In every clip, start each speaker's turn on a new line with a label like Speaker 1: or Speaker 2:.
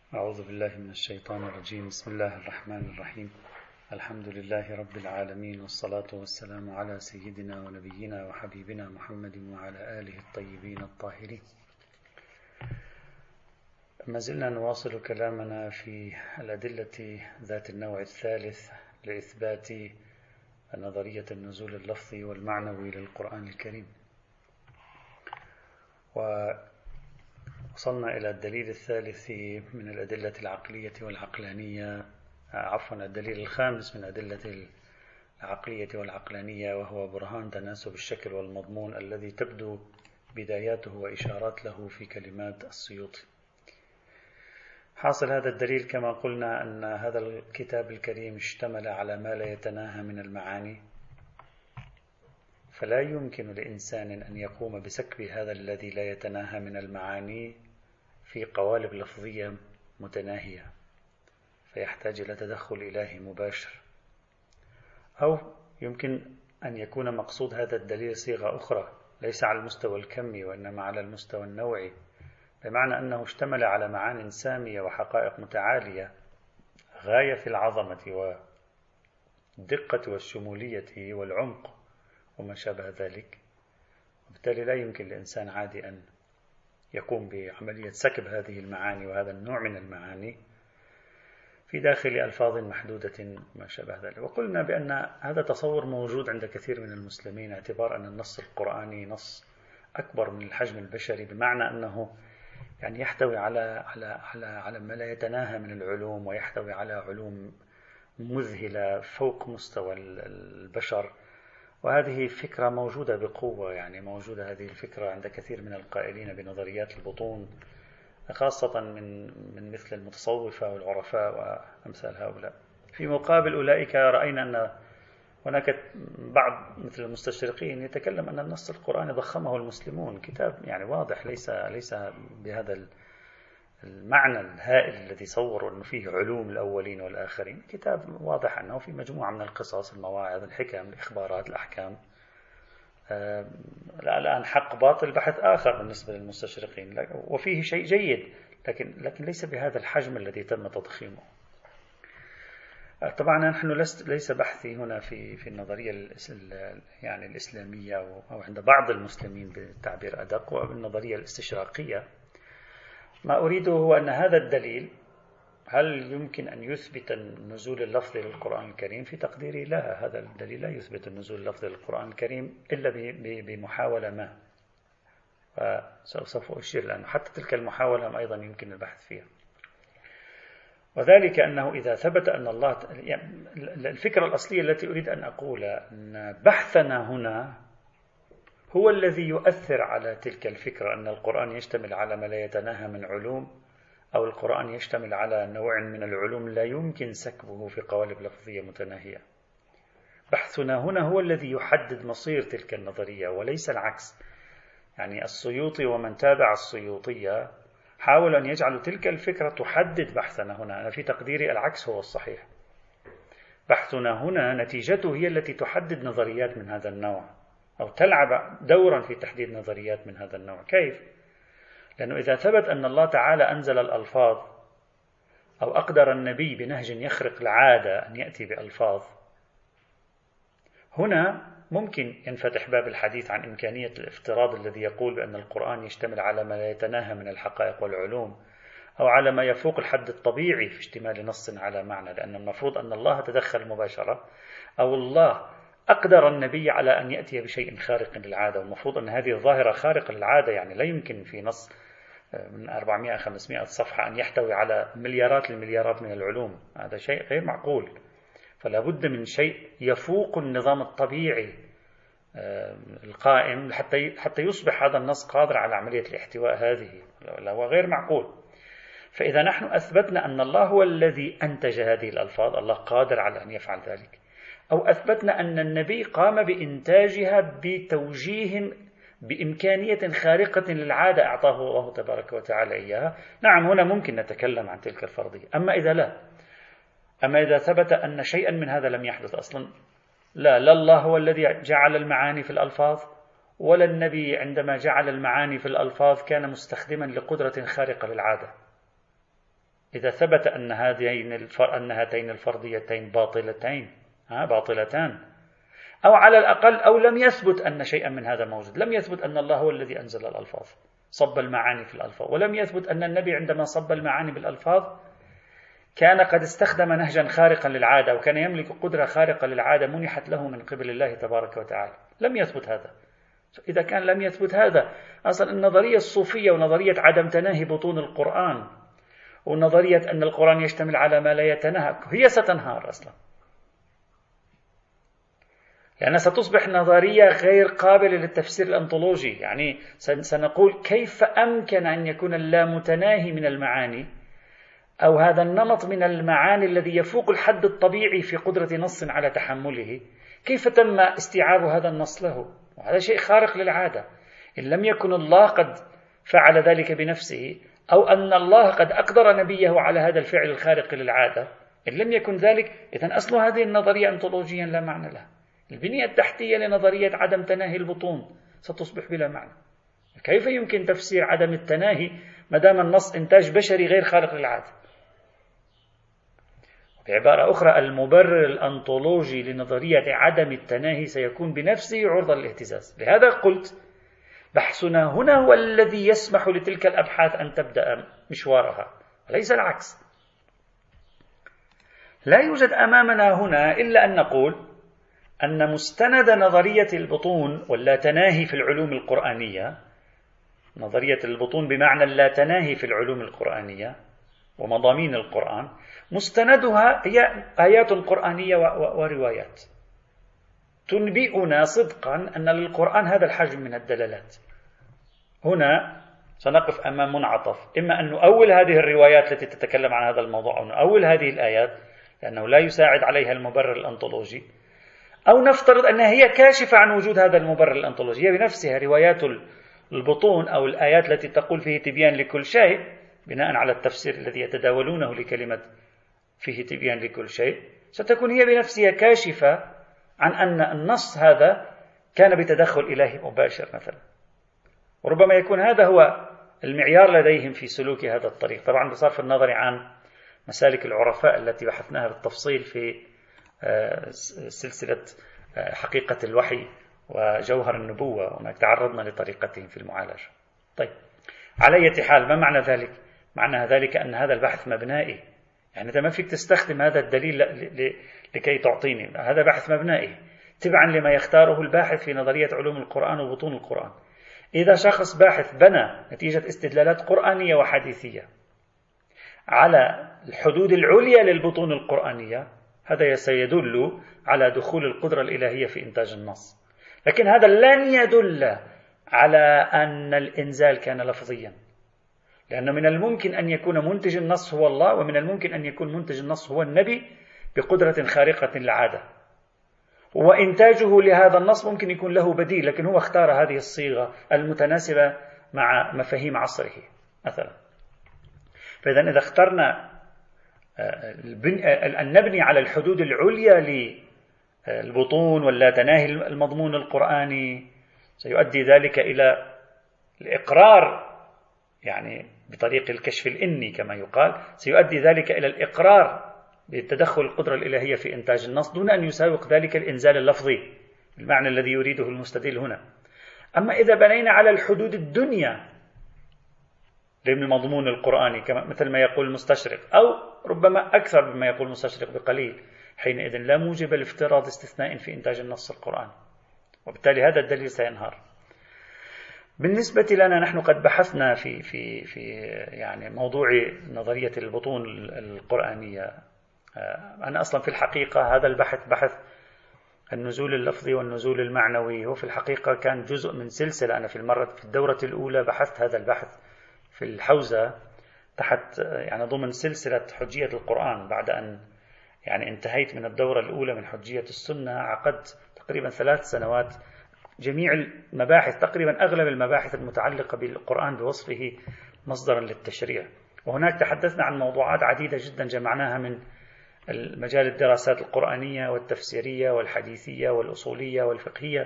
Speaker 1: أعوذ بالله من الشيطان الرجيم. بسم الله الرحمن الرحيم. الحمد لله رب العالمين، والصلاة والسلام على سيدنا ونبينا وحبيبنا محمد وعلى آله الطيبين الطاهرين. ما زلنا نواصل كلامنا في الأدلة ذات النوع الثالث لإثبات نظرية النزول اللفظي والمعنوي للقرآن الكريم، وصلنا إلى الدليل الثالث من الأدلة العقلية والعقلانية، الدليل الخامس من أدلة العقلية والعقلانية، وهو برهان تناسب الشكل والمضمون الذي تبدو بداياته وإشارات له في كلمات السيوطي. حاصل هذا الدليل كما قلنا أن هذا الكتاب الكريم اشتمل على ما لا يتناهى من المعاني، فلا يمكن لإنسان أن يقوم بسكب هذا الذي لا يتناهى من المعاني في قوالب لفظية متناهية، فيحتاج إلى تدخل إلهي مباشر. أو يمكن أن يكون مقصود هذا الدليل صيغة أخرى، ليس على المستوى الكمي وإنما على المستوى النوعي، بمعنى أنه اشتمل على معان سامية وحقائق متعالية غاية في العظمة والدقة والشمولية والعمق وما شابه ذلك، وبالتالي لا يمكن لإنسان عادي أن يقوم بعملية سكب هذه المعاني وهذا النوع من المعاني في داخل ألفاظ محدودة ما شابه ذلك. وقلنا بأن هذا تصور موجود عند كثير من المسلمين، اعتبار أن النص القرآني نص أكبر من الحجم البشري، بمعنى أنه يعني يحتوي على ما لا يتناهى من العلوم، ويحتوي على علوم مذهلة فوق مستوى البشر. وهذه فكرة موجودة بقوة، يعني موجودة هذه الفكرة عند كثير من القائلين بنظريات البطون، خاصة من مثل المتصوفة والعرفاء وأمثال هؤلاء. في مقابل أولئك رأينا أن هناك بعض مثل المستشرقين يتكلم أن النص القرآني ضخمه المسلمون، كتاب يعني واضح، ليس بهذا المعنى الهائل الذي صوروا أنه فيه علوم الأولين والآخرين. كتاب واضح أنه في مجموعة من القصص، المواعظ، الحكم، الإخبارات، الأحكام. الآن حق باطل بحث آخر بالنسبة للمستشرقين، وفيه شيء جيد، لكن ليس بهذا الحجم الذي تم تضخيمه. طبعا نحن ليس بحثي هنا في النظرية يعني الإسلامية أو عند بعض المسلمين بالتعبير أدق، وبالنظرية الاستشراقية. ما أريده هو أن هذا الدليل هل يمكن أن يثبت النزول اللفظي للقرآن الكريم؟ في تقديري لا، هذا الدليل لا يثبت النزول اللفظي للقرآن الكريم إلا بمحاولة ما، وسوف أشير لأنه حتى تلك المحاولة أيضا يمكن البحث فيها. وذلك أنه إذا ثبت أن الله يعني الفكرة الأصلية التي أريد أن أقول أن بحثنا هنا هو الذي يؤثر على تلك الفكرة، أن القرآن يشتمل على ما لا يتناهى من علوم، أو القرآن يشتمل على نوع من العلوم لا يمكن سكبه في قوالب لفظية متناهية. بحثنا هنا هو الذي يحدد مصير تلك النظرية وليس العكس. يعني السيوطي ومن تابع السيوطية حاولوا أن يجعلوا تلك الفكرة تحدد بحثنا هنا. أنا في تقديري العكس هو الصحيح. بحثنا هنا نتيجته هي التي تحدد نظريات من هذا النوع، أو تلعب دورا في تحديد نظريات من هذا النوع. كيف؟ لأنه إذا ثبت أن الله تعالى أنزل الألفاظ، أو أقدر النبي بنهج يخرق العادة أن يأتي بألفاظ، هنا ممكن ينفتح باب الحديث عن إمكانية الافتراض الذي يقول بأن القرآن يشتمل على ما لا يتناهى من الحقائق والعلوم، أو على ما يفوق الحد الطبيعي في اشتمال نص على معنى، لأن المفروض أن الله تدخل مباشرة، أو الله أقدر النبي على أن يأتي بشيء خارق للعادة، والمفروض أن هذه الظاهرة خارقة للعادة. يعني لا يمكن في نص من 400-500 صفحة أن يحتوي على مليارات المليارات من العلوم، هذا شيء غير معقول. فلا بد من شيء يفوق النظام الطبيعي القائم حتى يصبح هذا النص قادر على عملية الاحتواء هذه، هو غير معقول. فإذا نحن أثبتنا أن الله هو الذي أنتج هذه الألفاظ، الله قادر على أن يفعل ذلك، أو أثبتنا أن النبي قام بإنتاجها بتوجيه بإمكانية خارقة للعادة أعطاه الله تبارك وتعالى إياها، نعم هنا ممكن نتكلم عن تلك الفرضية. أما إذا لا، أما إذا ثبت أن شيئا من هذا لم يحدث أصلا، لا الله هو الذي جعل المعاني في الألفاظ، ولا النبي عندما جعل المعاني في الألفاظ كان مستخدما لقدرة خارقة للعادة. إذا ثبت أن هاتين الفرضيتين باطلتان، أو على الأقل أو لم يثبت أن شيئا من هذا موجود، لم يثبت أن الله هو الذي أنزل الألفاظ صب المعاني في الألفاظ، ولم يثبت أن النبي عندما صب المعاني بالألفاظ كان قد استخدم نهجا خارقا للعادة وكان يملك قدرة خارقة للعادة منحت له من قبل الله تبارك وتعالى. لم يثبت هذا. إذا كان لم يثبت هذا، أصلا النظرية الصوفية ونظرية عدم تناهي بطون القرآن ونظرية أن القرآن يشتمل على ما لا يتناهى هي ستنهار أصلا، لأنها ستصبح نظرية غير قابلة للتفسير الأنطولوجي. يعني سنقول كيف أمكن أن يكون اللامتناهي من المعاني أو هذا النمط من المعاني الذي يفوق الحد الطبيعي في قدرة نص على تحمله، كيف تم استيعاب هذا النص له؟ وهذا شيء خارق للعادة. إن لم يكن الله قد فعل ذلك بنفسه أو أن الله قد أقدر نبيه على هذا الفعل الخارق للعادة، إن لم يكن ذلك، إذن أصل هذه النظرية أنطولوجيا لا معنى لها. البنية التحتية لنظرية عدم تناهي البطون ستصبح بلا معنى. كيف يمكن تفسير عدم التناهي ما دام النص إنتاج بشري غير خارق للعادة؟ بعبارة أخرى، المبرر الأنطولوجي لنظرية عدم التناهي سيكون بنفسه عرضة للاهتزاز. لهذا قلت بحثنا هنا هو الذي يسمح لتلك الأبحاث أن تبدأ مشوارها وليس العكس. لا يوجد أمامنا هنا إلا أن نقول أن مستند نظرية البطون واللا تناهي في العلوم القرآنية، نظرية البطون بمعنى اللا تناهي في العلوم القرآنية ومضامين القرآن، مستندها هي آيات قرآنية وروايات تنبئنا صدقا أن للقرآن هذا الحجم من الدلالات. هنا سنقف أمام منعطف، إما أن نؤول هذه الروايات التي تتكلم عن هذا الموضوع أو نؤول هذه الآيات لأنه لا يساعد عليها المبرر الأنطولوجي، أو نفترض أنها هي كاشفة عن وجود هذا المبرر الأنطولوجي. هي بنفسها روايات البطون أو الآيات التي تقول فيه تبيان لكل شيء بناء على التفسير الذي يتداولونه لكلمة فيه تبيان لكل شيء، ستكون هي بنفسها كاشفة عن أن النص هذا كان بتدخل إلهي مباشر مثلا. وربما يكون هذا هو المعيار لديهم في سلوك هذا الطريق، طبعا بصرف النظر عن مسالك العرفاء التي بحثناها بالتفصيل في سلسلة حقيقة الوحي وجوهر النبوة، هناك تعرضنا لطريقتهم في المعالجة. طيب، على أي حال، ما معنى ذلك؟ معنى ذلك أن هذا البحث مبنائي، يعني أنت ما فيك تستخدم هذا الدليل لكي تعطيني، هذا بحث مبنائي تبعا لما يختاره الباحث في نظرية علوم القرآن وبطون القرآن. إذا شخص باحث بنى نتيجة استدلالات قرآنية وحديثية على الحدود العليا للبطون القرآنية، هذا سيدل على دخول القدرة الإلهية في إنتاج النص، لكن هذا لن يدل على أن الإنزال كان لفظيا، لأنه من الممكن أن يكون منتج النص هو الله، ومن الممكن أن يكون منتج النص هو النبي بقدرة خارقة للعادة، وإنتاجه لهذا النص ممكن يكون له بديل، لكن هو اختار هذه الصيغة المتناسبة مع مفاهيم عصره مثلا. فإذا إذا اخترنا أن نبني على الحدود العليا للبطون ولا تناهي المضمون القرآني، سيؤدي ذلك إلى الإقرار، يعني بطريق الكشف الإني كما يقال، سيؤدي ذلك إلى الإقرار بتدخل القدرة الإلهية في إنتاج النص دون أن يساوق ذلك الإنزال اللفظي بالمعنى الذي يريده المستدل هنا. أما إذا بنينا على الحدود الدنيا للمضمون القرآني مثل ما يقول المستشرق، أو ربما أكثر مما يقول المستشرق بقليل، حينئذ لا موجب لافتراض استثناء في إنتاج النص القرآني، وبالتالي هذا الدليل سينهار. بالنسبة لنا نحن قد بحثنا في يعني موضوع نظرية البطون القرآنية. أنا أصلا في الحقيقة هذا البحث، بحث النزول اللفظي والنزول المعنوي، هو في الحقيقة كان جزء من سلسلة. أنا في الدورة الأولى بحثت هذا البحث في الحوزة تحت يعني ضمن سلسلة حجية القرآن. بعد أن يعني انتهيت من الدورة الأولى من حجية السنة، عقدت تقريبا 3 سنوات جميع المباحث، تقريبا أغلب المباحث المتعلقة بالقرآن بوصفه مصدرا للتشريع. وهناك تحدثنا عن موضوعات عديدة جدا جمعناها من مجال الدراسات القرآنية والتفسيرية والحديثية والأصولية والفقهية،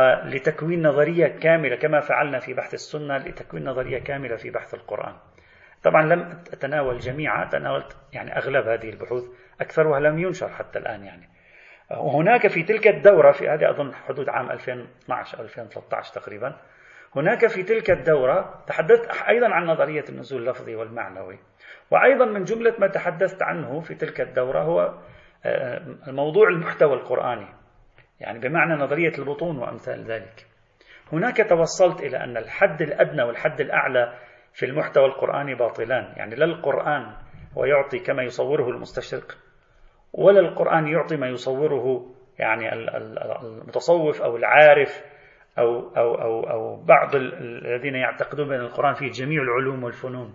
Speaker 1: ولتكوين نظرية كاملة كما فعلنا في بحث السنة، لتكوين نظرية كاملة في بحث القرآن. طبعا لم أتناول جميعها، تناولت يعني أغلب هذه البحوث، أكثرها لم ينشر حتى الآن يعني. وهناك في تلك الدورة، في هذه أظن حدود عام 2012 أو 2013 تقريبا، هناك في تلك الدورة تحدثت أيضا عن نظرية النزول اللفظي والمعنوي. وأيضا من جملة ما تحدثت عنه في تلك الدورة هو موضوع المحتوى القرآني، يعني بمعنى نظرية البطون وأمثال ذلك. هناك توصلت إلى أن الحد الأدنى والحد الأعلى في المحتوى القرآني باطلان، يعني لا القرآن ويعطي كما يصوره المستشرق، ولا القرآن يعطي ما يصوره يعني المتصوف أو العارف أو بعض الذين يعتقدون بأن القرآن فيه جميع العلوم والفنون.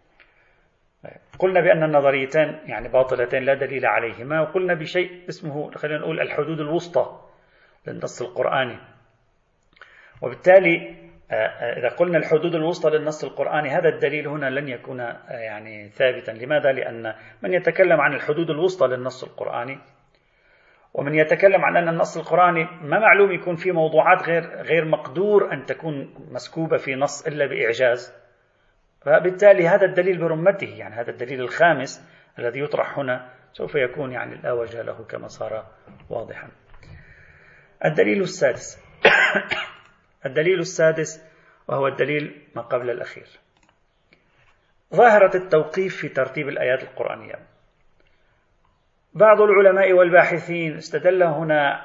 Speaker 1: قلنا بأن النظريتان يعني باطلتين لا دليل عليهما، وقلنا بشيء اسمه خلينا نقول الحدود الوسطى للنص القرآني. وبالتالي إذا قلنا الحدود الوسطى للنص القرآني، هذا الدليل هنا لن يكون يعني ثابتا. لماذا؟ لأن من يتكلم عن الحدود الوسطى للنص القرآني، ومن يتكلم عن أن النص القرآني ما معلوم يكون فيه موضوعات غير مقدور أن تكون مسكوبة في نص إلا بإعجاز، فبالتالي هذا الدليل برمته، يعني هذا الدليل الخامس الذي يطرح هنا سوف يكون يعني لا وجه له كما صار واضحا. الدليل السادس الدليل السادس وهو الدليل ما قبل الأخير، ظاهرة التوقيف في ترتيب الآيات القرآنية. بعض العلماء والباحثين استدل هنا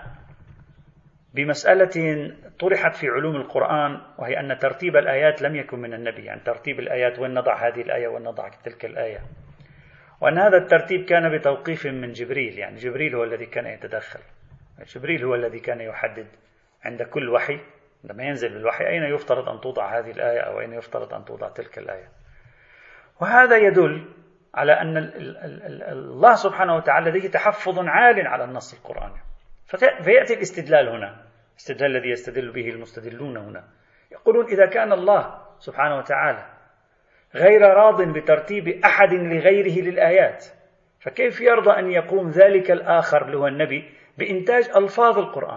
Speaker 1: بمسألة طرحت في علوم القرآن، وهي أن ترتيب الآيات لم يكن من النبي، يعني ترتيب الآيات وين نضع هذه الآية وين نضع تلك الآية، وأن هذا الترتيب كان بتوقيف من جبريل، يعني جبريل هو الذي كان يتدخل، جبريل هو الذي كان يحدد عند كل وحي لما ينزل بالوحي أين يفترض أن توضع هذه الآية أو أين يفترض أن توضع تلك الآية. وهذا يدل على أن الله سبحانه وتعالى لديه تحفظ عال على النص القرآني. فيأتي الاستدلال هنا، الاستدلال الذي يستدل به المستدلون هنا، يقولون إذا كان الله سبحانه وتعالى غير راض بترتيب أحد لغيره للآيات، فكيف يرضى أن يقوم ذلك الآخر اللي هو النبي بإنتاج ألفاظ القرآن؟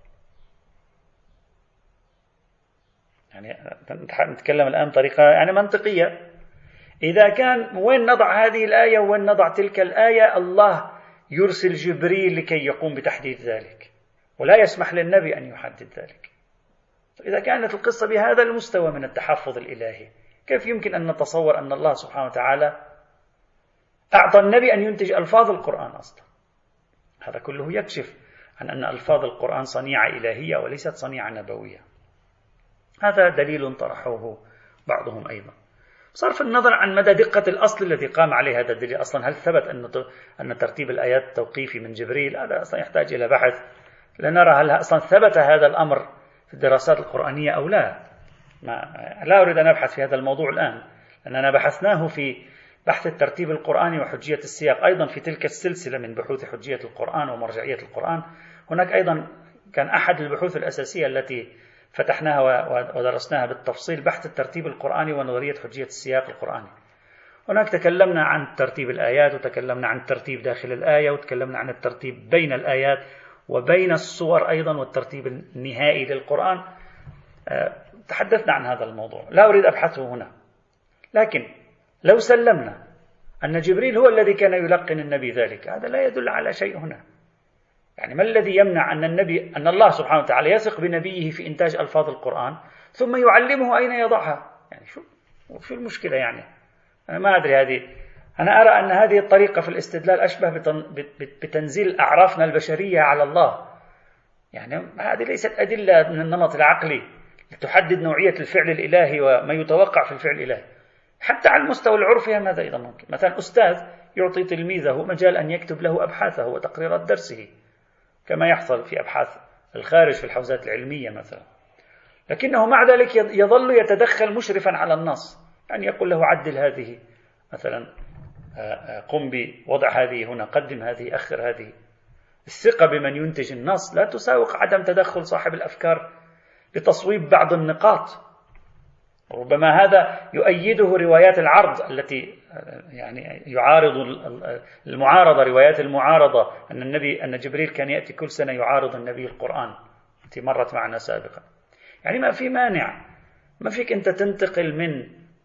Speaker 1: يعني نتكلم الآن بطريقة يعني منطقية. إذا كان وين نضع هذه الآية وين نضع تلك الآية، الله يرسل جبريل لكي يقوم بتحديد ذلك، ولا يسمح للنبي أن يحدد ذلك. إذا كانت القصة بهذا المستوى من التحفظ الإلهي، كيف يمكن أن نتصور أن الله سبحانه وتعالى أعطى النبي أن ينتج ألفاظ القرآن أصلا؟ هذا كله يكشف عن أن ألفاظ القرآن صنيعة إلهية وليست صنيعة نبوية. هذا دليل طرحه بعضهم أيضا. صرف النظر عن مدى دقة الأصل الذي قام عليه هذا الدليل، أصلا هل ثبت أن ترتيب الآيات توقيفي من جبريل؟ هذا أصلا يحتاج إلى بحث لنرى هل أصلا ثبت هذا الأمر في الدراسات القرآنية أو لا. لا أريد أن أبحث في هذا الموضوع الآن، لأننا بحثناه في بحث الترتيب القرآني وحجية السياق، أيضا في تلك السلسلة من بحوث حجية القرآن ومرجعية القرآن. هناك أيضا كان أحد البحوث الأساسية التي فتحناها ودرسناها بالتفصيل، بحث الترتيب القرآني ونظرية حجية السياق القرآني. هناك تكلمنا عن ترتيب الآيات، وتكلمنا عن الترتيب داخل الآية، وتكلمنا عن الترتيب بين الآيات وبين السور أيضا، والترتيب النهائي للقرآن. تحدثنا عن هذا الموضوع، لا أريد أبحثه هنا. لكن لو سلمنا أن جبريل هو الذي كان يلقن النبي ذلك، هذا لا يدل على شيء هنا. يعني ما الذي يمنع أن الله سبحانه وتعالى يثق بنبيه في إنتاج ألفاظ القرآن ثم يعلمه أين يضعها؟ يعني شو المشكلة؟ يعني أنا ما أدري. أنا أرى أن هذه الطريقة في الاستدلال أشبه بتنزيل أعرافنا البشرية على الله. يعني هذه ليست أدلة من النمط العقلي لتحدد نوعية الفعل الإلهي وما يتوقع في الفعل الإلهي. حتى على المستوى العرفي ماذا أيضا ممكن؟ مثلا أستاذ يعطي تلميذه مجال أن يكتب له أبحاثه وتقريرات درسه، كما يحصل في أبحاث الخارج في الحوزات العلمية مثلا، لكنه مع ذلك يظل يتدخل مشرفا على النص، يعني يقول له عدل هذه مثلا، قم بوضع هذه هنا، قدم هذه، أخر هذه. الثقة بمن ينتج النص لا تساوق عدم تدخل صاحب الأفكار لتصويب بعض النقاط. ربما هذا يؤيده روايات العرض التي يعني يعارض المعارضة، روايات المعارضة، أن جبريل كان يأتي كل سنة يعارض النبي القرآن التي مرت معنا سابقا. يعني ما في مانع، ما فيك أنت تنتقل من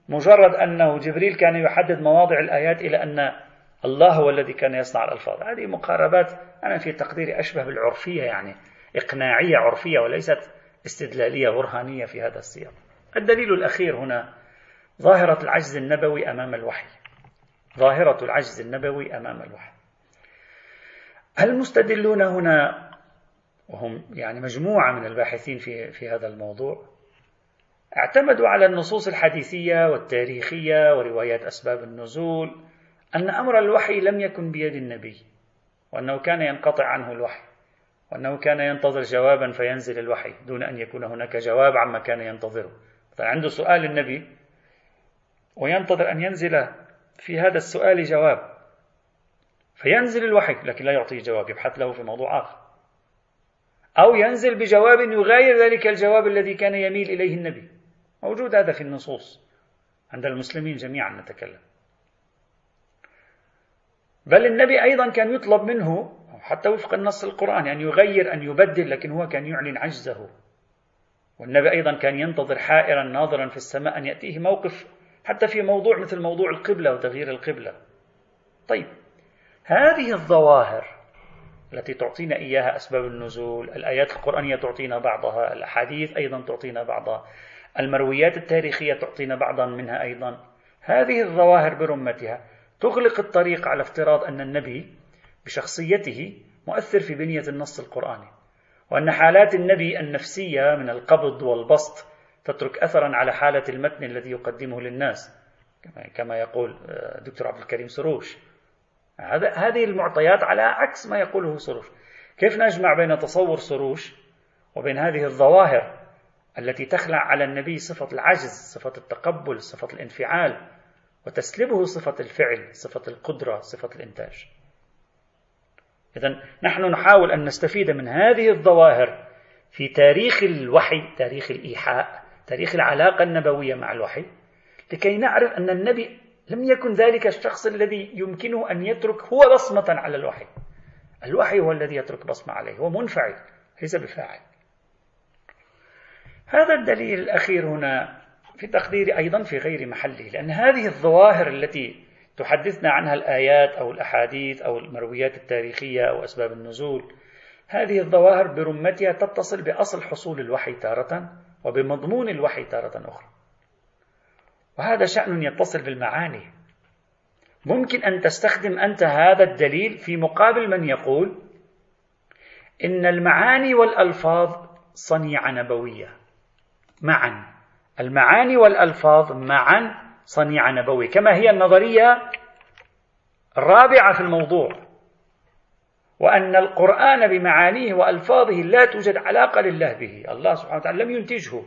Speaker 1: مجرد أنه جبريل كان يحدد مواضع الآيات إلى أن الله هو الذي كان يصنع الألفاظ. هذه مقاربات أنا في تقديري أشبه بالعرفية، يعني إقناعية عرفية وليست استدلالية برهانية في هذا السياق. الدليل الأخير هنا ظاهرة العجز النبوي أمام الوحي. ظاهرة العجز النبوي أمام الوحي. المستدلون هنا وهم يعني مجموعة من الباحثين في هذا الموضوع اعتمدوا على النصوص الحديثية والتاريخية وروايات أسباب النزول أن أمر الوحي لم يكن بيد النبي، وأنه كان ينقطع عنه الوحي، وأنه كان ينتظر جوابا فينزل الوحي دون أن يكون هناك جواب عما كان ينتظره. فعنده سؤال النبي وينتظر أن ينزل في هذا السؤال جواب، فينزل الوحي لكن لا يعطيه جواب، يبحث له في موضوع آخر، أو ينزل بجواب يغاير ذلك الجواب الذي كان يميل إليه النبي. موجود هذا في النصوص عند المسلمين جميعا نتكلم. بل النبي أيضا كان يطلب منه حتى وفق النص القرآني أن يغير أن يبدل، لكن هو كان يعلن عجزه. والنبي أيضا كان ينتظر حائرا ناظرا في السماء أن يأتيه موقف حتى في موضوع مثل موضوع القبلة وتغيير القبلة. طيب، هذه الظواهر التي تعطينا إياها أسباب النزول، الآيات القرآنية تعطينا بعضها، الأحاديث أيضا تعطينا بعضها، المرويات التاريخية تعطينا بعضا منها أيضا، هذه الظواهر برمتها تغلق الطريق على افتراض أن النبي بشخصيته مؤثر في بنية النص القرآني، وأن حالات النبي النفسية من القبض والبسط تترك أثرا على حالة المتن الذي يقدمه للناس كما يقول دكتور عبد الكريم سروش. هذه المعطيات على عكس ما يقوله سروش. كيف نجمع بين تصور سروش وبين هذه الظواهر التي تخلع على النبي صفة العجز، صفة التقبل، صفة الانفعال، وتسلبه صفة الفعل، صفة القدرة، صفة الإنتاج؟ إذن نحن نحاول أن نستفيد من هذه الظواهر في تاريخ الوحي، تاريخ الإيحاء، تاريخ العلاقة النبوية مع الوحي، لكي نعرف أن النبي لم يكن ذلك الشخص الذي يمكنه أن يترك هو بصمة على الوحي. الوحي هو الذي يترك بصمة عليه، هو منفعل ليس بفاعل. هذا الدليل الأخير هنا في تقديري أيضا في غير محله، لأن هذه الظواهر التي تحدثنا عنها الآيات أو الأحاديث أو المرويات التاريخية أو أسباب النزول، هذه الظواهر برمتها تتصل بأصل حصول الوحي تارة وبمضمون الوحي تارة أخرى، وهذا شأن يتصل بالمعاني. ممكن أن تستخدم أنت هذا الدليل في مقابل من يقول إن المعاني والألفاظ صنيعة نبوية معا، المعاني والألفاظ معا صنيعة نبوية، كما هي النظرية الرابعة في الموضوع، وأن القرآن بمعانيه وألفاظه لا توجد علاقة لله به، الله سبحانه وتعالى لم ينتجه.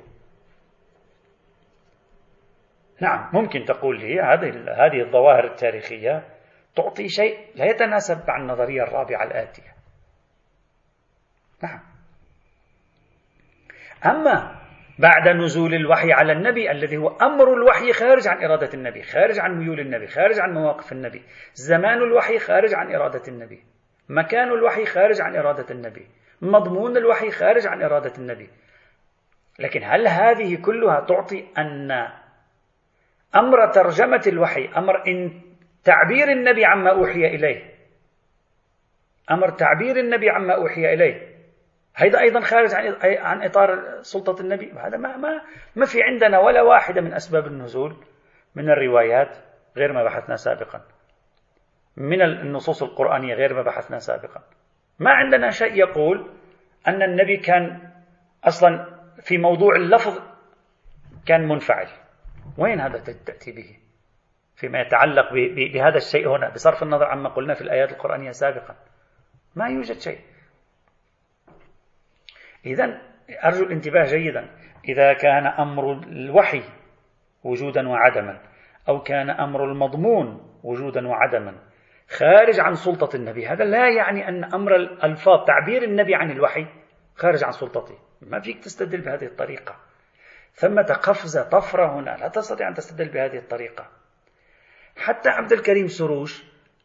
Speaker 1: نعم، ممكن تقول لي هذه الظواهر التاريخية تعطي شيء لا يتناسب مع النظرية الرابعة الآتية. نعم. أما بعد نزول الوحي على النبي الذي هو أمر الوحي خارج عن إرادة النبي، خارج عن ميول النبي، خارج عن مواقف النبي، زمان الوحي خارج عن إرادة النبي، مكان الوحي خارج عن إرادة النبي، مضمون الوحي خارج عن إرادة النبي. لكن هل هذه كلها تعطي أن أمر ترجمة الوحي، أمر تعبير النبي عما أوحي إليه، أمر تعبير النبي عما أوحي إليه، هذا أيضا خارج عن إطار سلطة النبي؟ هذا ما في عندنا ولا واحدة من أسباب النزول من الروايات غير ما بحثنا سابقا، من النصوص القرآنية غير ما بحثنا سابقا. ما عندنا شيء يقول أن النبي كان أصلا في موضوع اللفظ كان منفعل. وين هذا تأتي به فيما يتعلق بهذا الشيء هنا بصرف النظر عما قلنا في الآيات القرآنية سابقا؟ ما يوجد شيء. إذن أرجو الانتباه جيدا، إذا كان أمر الوحي وجودا وعدما أو كان أمر المضمون وجودا وعدما خارج عن سلطة النبي، هذا لا يعني أن أمر الألفاظ تعبير النبي عن الوحي خارج عن سلطته. ما فيك تستدل بهذه الطريقة، ثمة قفزة طفرة هنا، لا تستطيع أن تستدل بهذه الطريقة. حتى عبد الكريم سروش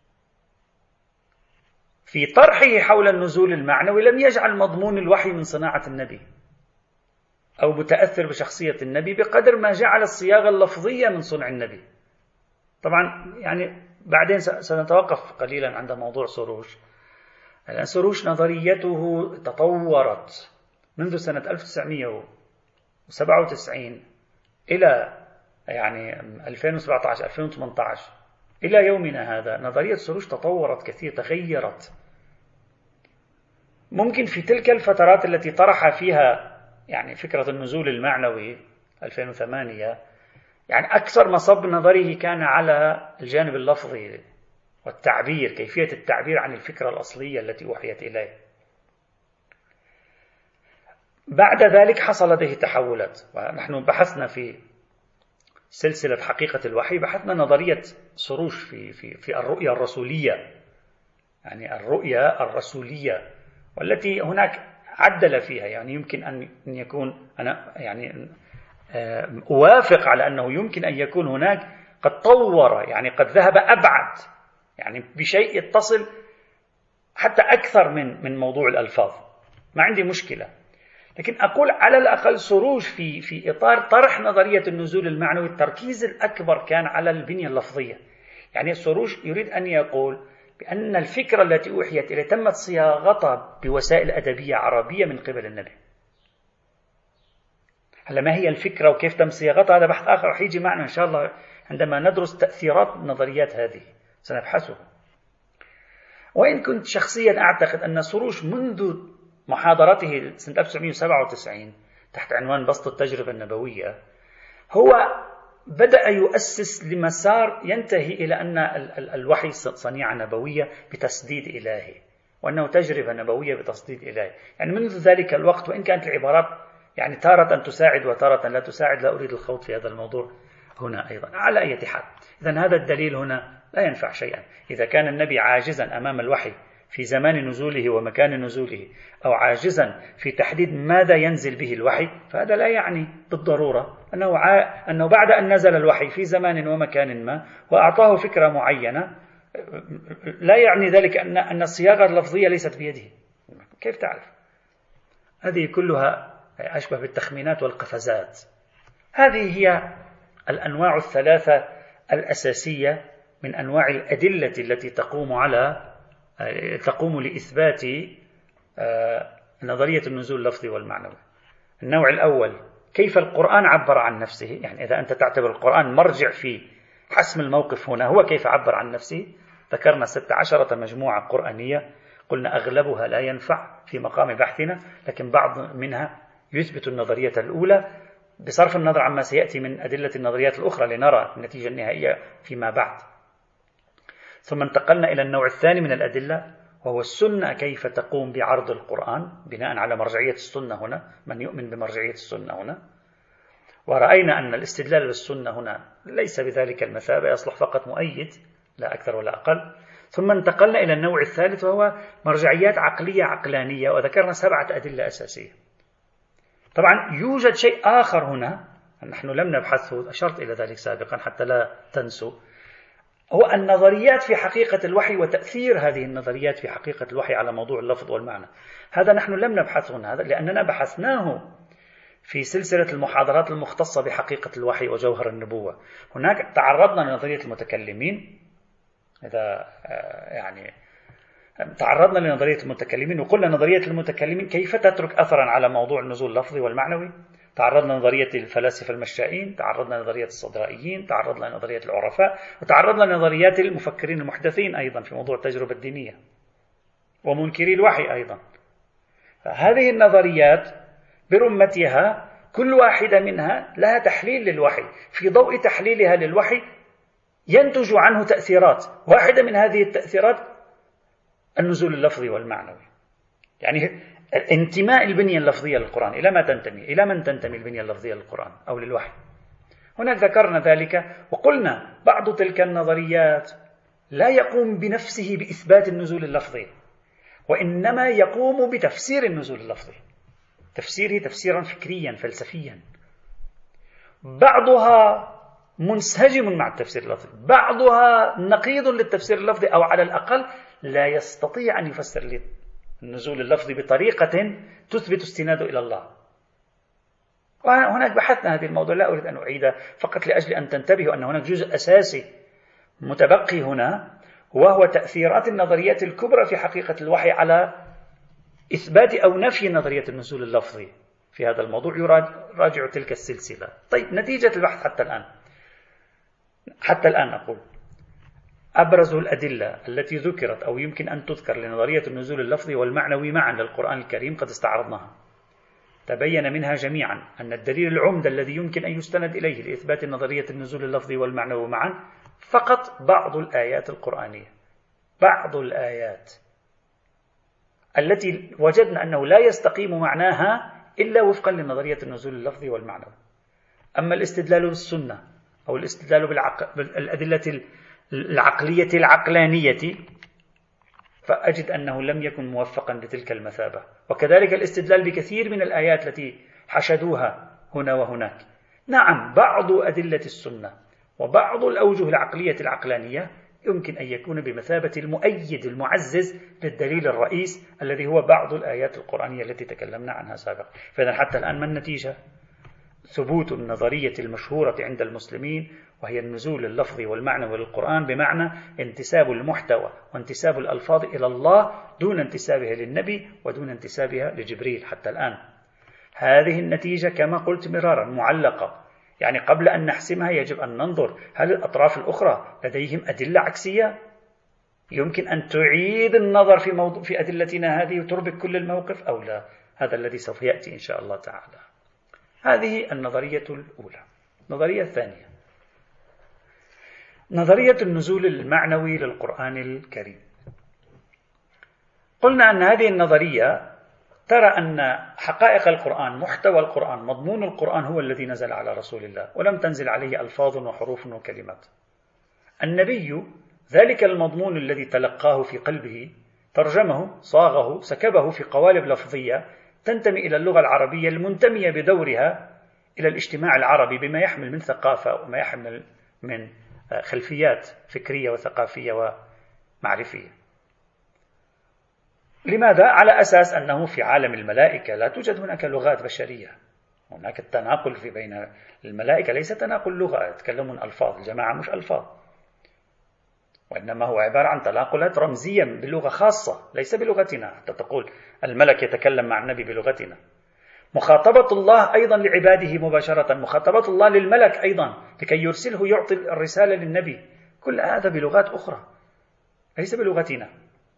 Speaker 1: في طرحه حول النزول المعنوي لم يجعل مضمون الوحي من صناعة النبي، أو متأثر بشخصية النبي بقدر ما جعل الصياغة اللفظية من صنع النبي. طبعا يعني بعدين سنتوقف قليلا عند موضوع سروش. الآن سروش نظريته تطورت منذ سنة 1997 إلى يعني 2017 2018 إلى يومنا هذا. نظرية سروش تطورت كثير، تغيرت. ممكن في تلك الفترات التي طرح فيها يعني فكرة النزول المعنوي 2008 يعني أكثر مصب نظره كان على الجانب اللفظي والتعبير، كيفية التعبير عن الفكرة الأصلية التي أوحيت إليه. بعد ذلك حصل لديه تحولات، ونحن بحثنا في سلسلة حقيقة الوحي، بحثنا نظرية سروش في الرؤية الرسولية، يعني الرؤية الرسولية، والتي هناك عدل فيها. يعني يمكن أن يكون أنا يعني أوافق على أنه يمكن أن يكون هناك قد طور، يعني قد ذهب أبعد، يعني بشيء يتصل حتى أكثر من موضوع الألفاظ. ما عندي مشكلة، لكن أقول على الأقل سروش في إطار طرح نظرية النزول المعنوي التركيز الأكبر كان على البنية اللفظية. يعني سروش يريد أن يقول بأن الفكرة التي أوحيت إليه تمت صياغتها بوسائل أدبية عربية من قبل النبي. هلا ما هي الفكرة وكيف تم صياغتها هذا بحث آخر رح يجي معنا إن شاء الله عندما ندرس تأثيرات النظريات هذه، سنبحثه. وإن كنت شخصيا أعتقد أن سروش منذ محاضرته سنة 1997 تحت عنوان بسط التجربة النبوية هو بدأ يؤسس لمسار ينتهي إلى أن الوحي صنيعة نبوية بتسديد إلهي، وأنه تجربة نبوية بتسديد إلهي. يعني منذ ذلك الوقت، وإن كانت العبارات يعني تارة تساعد وتارة لا تساعد، لا أريد الخوض في هذا الموضوع هنا أيضا. على أي حال، إذن هذا الدليل هنا لا ينفع شيئا. إذا كان النبي عاجزا أمام الوحي في زمان نزوله ومكان نزوله، أو عاجزا في تحديد ماذا ينزل به الوحي، فهذا لا يعني بالضرورة أنه بعد أن نزل الوحي في زمان ومكان ما وأعطاه فكرة معينة، لا يعني ذلك أن الصياغة اللفظية ليست بيده. كيف تعرف؟ هذه كلها أشبه بالتخمينات والقفزات. هذه هي الأنواع الثلاثة الأساسية من أنواع الأدلة التي تقوم لإثبات نظرية النزول اللفظي والمعنوي. النوع الأول، كيف القرآن عبر عن نفسه. يعني إذا أنت تعتبر القرآن مرجع في حسم الموقف هنا، هو كيف عبر عن نفسه. ذكرنا 16 مجموعة قرآنية، قلنا أغلبها لا ينفع في مقام بحثنا، لكن بعض منها يثبت النظرية الأولى بصرف النظر عما سيأتي من أدلة النظريات الأخرى لنرى النتيجة النهائية فيما بعد. ثم انتقلنا إلى النوع الثاني من الأدلة، وهو السنة كيف تقوم بعرض القرآن بناء على مرجعية السنة هنا، من يؤمن بمرجعية السنة هنا. ورأينا أن الاستدلال بالسنة هنا ليس بذلك المثابة، يصلح فقط مؤيد لا أكثر ولا أقل. ثم انتقلنا إلى النوع الثالث، وهو مرجعيات عقلية عقلانية، وذكرنا 7 أدلة أساسية. طبعا يوجد شيء آخر هنا نحن لم نبحثه، أشرت إلى ذلك سابقا حتى لا تنسوا، هو النظريات في حقيقة الوحي وتأثير هذه النظريات في حقيقة الوحي على موضوع اللفظ والمعنى. هذا نحن لم نبحثه هنا، لأننا بحثناه في سلسلة المحاضرات المختصة بحقيقة الوحي وجوهر النبوة. هناك تعرضنا لنظرية المتكلمين، إذا يعني تعرضنا لنظرية المتكلمين وقلنا نظرية المتكلمين كيف تترك أثرا على موضوع النزول اللفظي والمعنوي. تعرضنا لنظرية الفلاسفة المشائين، تعرضنا لنظرية الصدرائيين، تعرضنا لنظرية العرفاء، وتعرضنا لنظريات المفكرين المحدثين أيضا في موضوع التجربة الدينية ومنكري الوحي أيضا. هذه النظريات برمتها كل واحدة منها لها تحليل للوحي، في ضوء تحليلها للوحي ينتج عنه تأثيرات. واحدة من هذه التأثيرات النزول اللفظي والمعنوي، يعني انتماء البنية اللفظية للقرآن. إلى ما تنتمي؟ إلى من تنتمي البنية اللفظية للقرآن أو للوحي؟ هناك ذكرنا ذلك وقلنا بعض تلك النظريات لا يقوم بنفسه بإثبات النزول اللفظي، وإنما يقوم بتفسير النزول اللفظي، تفسيره تفسيرا فكريا فلسفيا. بعضها منسجم مع التفسير اللفظي، بعضها نقيض للتفسير اللفظي، أو على الأقل لا يستطيع أن يفسر النزول اللفظي بطريقة تثبت استناده إلى الله. وهناك بحثنا هذه الموضوع، لا أريد أن أعيده، فقط لأجل أن تنتبهوا أن هناك جزء أساسي متبقي هنا، وهو تأثيرات النظريات الكبرى في حقيقة الوحي على إثبات أو نفي نظرية النزول اللفظي. في هذا الموضوع يراجع تلك السلسلة. طيب، نتيجة البحث حتى الآن أقول أبرز الأدلة التي ذكرت أو يمكن أن تذكر لنظرية النزول اللفظي والمعنوي معا للقرآن الكريم قد استعرضناها. تبين منها جميعا أن الدليل العمدة الذي يمكن أن يستند إليه لإثبات نظرية النزول اللفظي والمعنوي معا فقط بعض الآيات القرآنية، بعض الآيات التي وجدنا أنه لا يستقيم معناها إلا وفقا لنظرية النزول اللفظي والمعنوي. أما الاستدلال بالسنة أو الاستدلال بالأدلة العقلية العقلانية فأجد أنه لم يكن موفقا بتلك المثابة. وكذلك الاستدلال بكثير من الآيات التي حشدوها هنا وهناك. نعم، بعض أدلة السنة وبعض الأوجه العقلية العقلانية يمكن أن يكون بمثابة المؤيد المعزز للدليل الرئيس الذي هو بعض الآيات القرآنية التي تكلمنا عنها سابقا. فإذا حتى الآن ما النتيجة؟ ثبوت النظرية المشهورة عند المسلمين، وهي النزول اللفظي والمعنوي للقرآن، بمعنى انتساب المحتوى وانتساب الألفاظ إلى الله دون انتسابها للنبي ودون انتسابها لجبريل حتى الآن. هذه النتيجة كما قلت مرارا معلقة، يعني قبل أن نحسمها يجب أن ننظر هل الأطراف الأخرى لديهم أدلة عكسية يمكن أن تعيد النظر في أدلتنا هذه وتربك كل الموقف أو لا. هذا الذي سوف يأتي إن شاء الله تعالى. هذه النظرية الأولى. النظرية الثانية نظرية النزول المعنوي للقرآن الكريم. قلنا أن هذه النظرية ترى أن حقائق القرآن، محتوى القرآن، مضمون القرآن هو الذي نزل على رسول الله، ولم تنزل عليه ألفاظ وحروف وكلمات. النبي ذلك المضمون الذي تلقاه في قلبه ترجمه، صاغه، سكبه في قوالب لفظية تنتمي إلى اللغة العربية المنتمية بدورها إلى الاجتماع العربي بما يحمل من ثقافة وما يحمل من خلفيات فكرية وثقافية ومعرفية. لماذا؟ على أساس أنه في عالم الملائكة لا توجد هناك لغات بشرية. هناك التناقل في بين الملائكة ليس تناقل لغة، يتكلمون ألفاظ، الجماعة مش ألفاظ، وإنما هو عبارة عن تناقلات رمزية بلغة خاصة ليس بلغتنا. حتى تقول الملك يتكلم مع النبي بلغتنا. مخاطبة الله أيضا لعباده مباشرة، مخاطبة الله للملك أيضا لكي يرسله يعطي الرسالة للنبي، كل هذا بلغات أخرى ليس بلغتنا.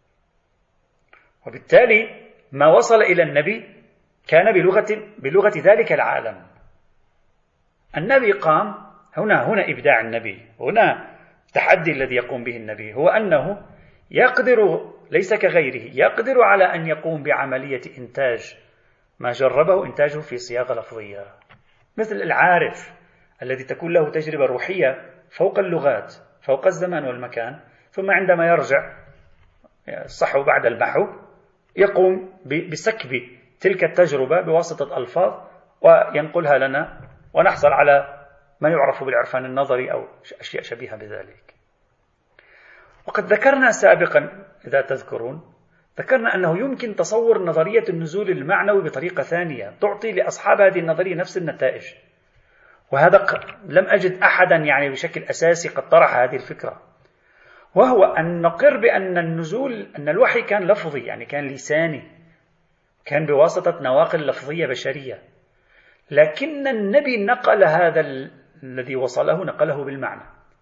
Speaker 1: وبالتالي ما وصل إلى النبي كان بلغة ذلك العالم. النبي قام هنا إبداع النبي، هنا التحدي الذي يقوم به النبي هو أنه يقدر ليس كغيره، يقدر على أن يقوم بعملية إنتاج ما جربه إنتاجه في صياغة لفظية، مثل العارف الذي تكون له تجربة روحية فوق اللغات، فوق الزمان والمكان، ثم عندما يرجع الصحو بعد المحو يقوم بسكب تلك التجربة بواسطة ألفاظ وينقلها لنا، ونحصل على ما يعرف بالعرفان النظري أو أشياء شبيهة بذلك. وقد ذكرنا سابقا، إذا تذكرون، ذكرنا أنه يمكن تصور نظرية النزول المعنوي بطريقة ثانية تعطي لأصحاب هذه النظرية نفس النتائج. وهذا لم أجد أحدا يعني بشكل أساسي قد طرح هذه الفكرة، وهو أن نقر بأن أن الوحي كان لفظي، يعني كان لساني، كان بواسطة نواقل لفظية بشرية، لكن النبي نقل هذا الذي وصله نقله بالمعنى.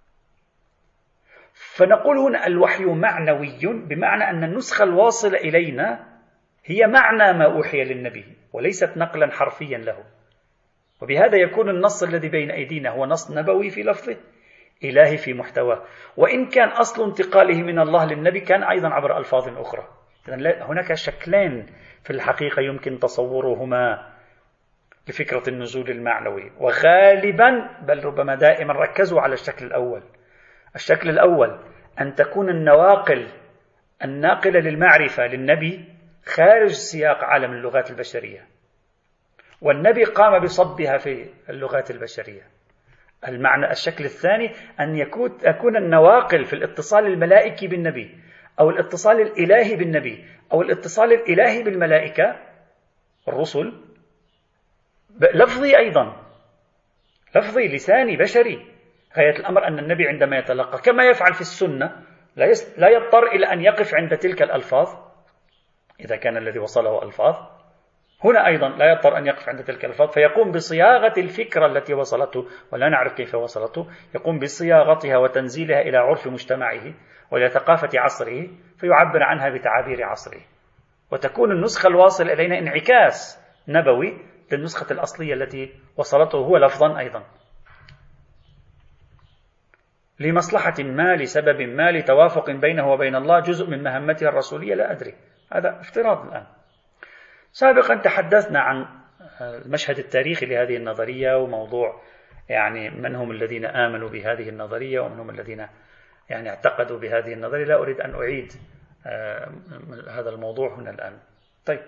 Speaker 1: فنقول هنا الوحي معنوي، بمعنى أن النسخة الواصلة إلينا هي معنى ما أوحي للنبي وليست نقلا حرفيا له. وبهذا يكون النص الذي بين أيدينا هو نص نبوي في لفظه، إلهي في محتواه، وإن كان أصل انتقاله من الله للنبي كان أيضا عبر ألفاظ أخرى. هناك شكلين في الحقيقة يمكن تصورهما لفكرة النزول المعنوي، وغالبا بل ربما دائما ركزوا على الشكل الأول. الشكل الأول أن تكون الناقلة للمعرفة للنبي خارج سياق عالم اللغات البشرية، والنبي قام بصبها في اللغات البشرية. المعنى الشكل الثاني أن يكون النواقل في الاتصال الملائكي بالنبي أو الاتصال الإلهي بالنبي أو الاتصال الإلهي بالملائكة الرسل لفظي أيضا، لفظي لساني بشري. غاية الأمر أن النبي عندما يتلقى كما يفعل في السنة لا يضطر إلى أن يقف عند تلك الألفاظ إذا كان الذي وصله ألفاظ، هنا أيضا لا يضطر أن يقف عند تلك الألفاظ، فيقوم بصياغة الفكرة التي وصلته ولا نعرف كيف وصلته، يقوم بصياغتها وتنزيلها إلى عرف مجتمعه وإلى ثقافة عصره، فيعبر عنها بتعابير عصره، وتكون النسخة الواصلة إلينا انعكاس نبوي للنسخة الأصلية التي وصلته هو لفظا أيضا، لمصلحة ما، لسبب ما، لتوافق بينه وبين الله، جزء من مهمته الرسولية، لا أدري، هذا افتراض الآن. سابقا تحدثنا عن المشهد التاريخي لهذه النظرية، وموضوع يعني من هم الذين آمنوا بهذه النظرية ومن هم الذين يعني اعتقدوا بهذه النظرية. لا أريد أن أعيد هذا الموضوع هنا الآن. طيب،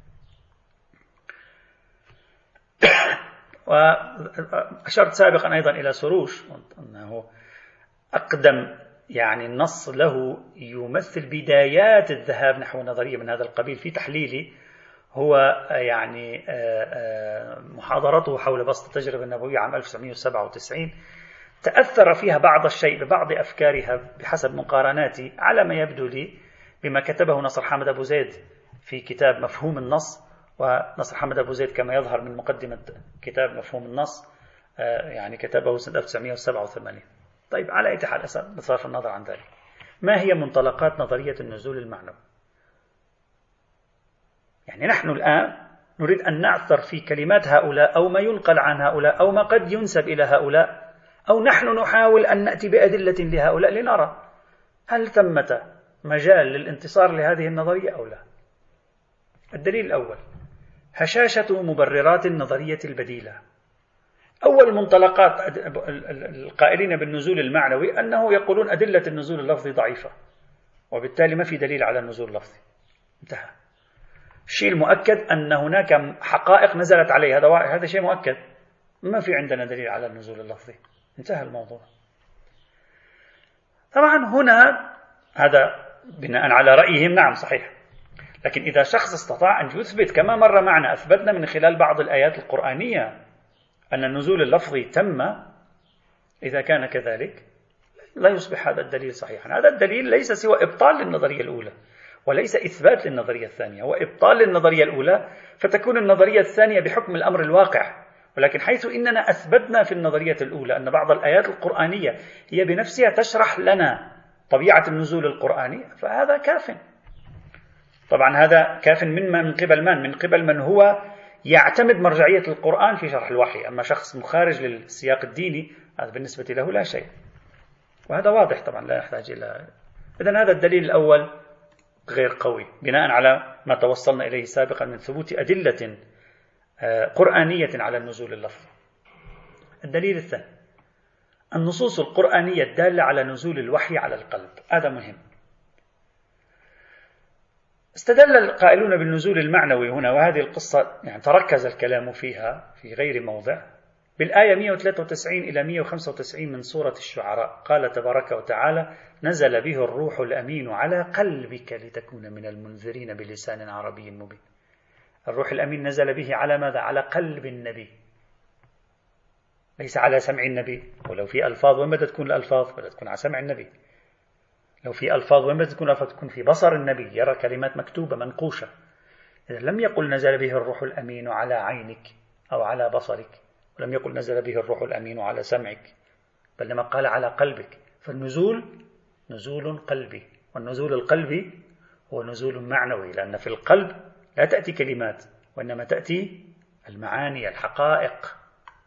Speaker 1: وأشرت سابقا أيضا إلى سروش أنه أقدم يعني النص له يمثل بدايات الذهاب نحو نظرية من هذا القبيل في تحليلي، هو يعني محاضرته حول بسط التجربة النبوية عام 1997. تأثر فيها بعض الشيء ببعض أفكارها بحسب مقارناتي على ما يبدو لي بما كتبه نصر حامد أبو زيد في كتاب مفهوم النص. ونصر حامد أبو زيد كما يظهر من مقدمة كتاب مفهوم النص يعني كتبه سنة 1987. طيب، على أي حال بصرف النظر عن ذلك، ما هي منطلقات نظرية النزول المعنوي؟ يعني نحن الآن نريد أن نعثر في كلمات هؤلاء أو ما ينقل عن هؤلاء أو ما قد ينسب إلى هؤلاء، أو نحن نحاول أن نأتي بأدلة لهؤلاء لنرى هل ثمة مجال للانتصار لهذه النظرية أو لا. الدليل الأول: هشاشة مبررات النظرية البديلة. أول منطلقات القائلين بالنزول المعنوي أنه يقولون أدلة النزول اللفظي ضعيفة، وبالتالي ما في دليل على النزول اللفظي. انتهى. الشيء المؤكد أن هناك حقائق نزلت عليه، هذا شيء مؤكد، ما في عندنا دليل على النزول اللفظي. انتهى الموضوع. طبعا هنا هذا بناء على رأيهم، نعم صحيح، لكن إذا شخص استطاع أن يثبت كما مر معنا، أثبتنا من خلال بعض الآيات القرآنية أن النزول اللفظي تم، إذا كان كذلك لا يصبح هذا الدليل صحيحا. هذا الدليل ليس سوى إبطال للنظرية الأولى وليس إثبات للنظرية الثانية، هو إبطال للنظرية الأولى، فتكون النظرية الثانية بحكم الأمر الواقع. ولكن حيث إننا أثبتنا في النظرية الأولى أن بعض الآيات القرآنية هي بنفسها تشرح لنا طبيعة النزول القرآني، فهذا كاف. طبعا هذا كاف من قبل من؟ من قبل من هو يعتمد مرجعية القرآن في شرح الوحي. أما شخص مخارج للسياق الديني هذا بالنسبة له لا شيء، وهذا واضح طبعا لا يحتاج إلى. إذن هذا الدليل الأول غير قوي بناء على ما توصلنا إليه سابقا من ثبوت أدلة قرآنية على النزول اللفظي. الدليل الثاني: النصوص القرآنية الدالة على نزول الوحي على القلب. هذا مهم. استدل القائلون بالنزول المعنوي هنا، وهذه القصة يعني تركز الكلام فيها في غير موضع، بالآية 193 إلى 195 من سورة الشعراء. قال تبارك وتعالى: نزل به الروح الأمين على قلبك لتكون من المنذرين بلسان عربي مبين. الروح الأمين نزل به على ماذا؟ على قلب النبي، ليس على سمع النبي. ولو في ألفاظ وين بدها تكون الألفاظ؟ بدها تكون على سمع النبي. لو في ألفاظ وين بدها تكون الألفاظ؟ تكون في بصر النبي، يرى كلمات مكتوبة منقوشة. إذا لم يقل نزل به الروح الأمين على عينك أو على بصرك، ولم يقل نزل به الروح الأمين على سمعك، بل لما قال على قلبك. فالنزول نزول قلبي، والنزول القلبي هو نزول معنوي، لأن في القلب لا تأتي كلمات وإنما تأتي المعاني، الحقائق.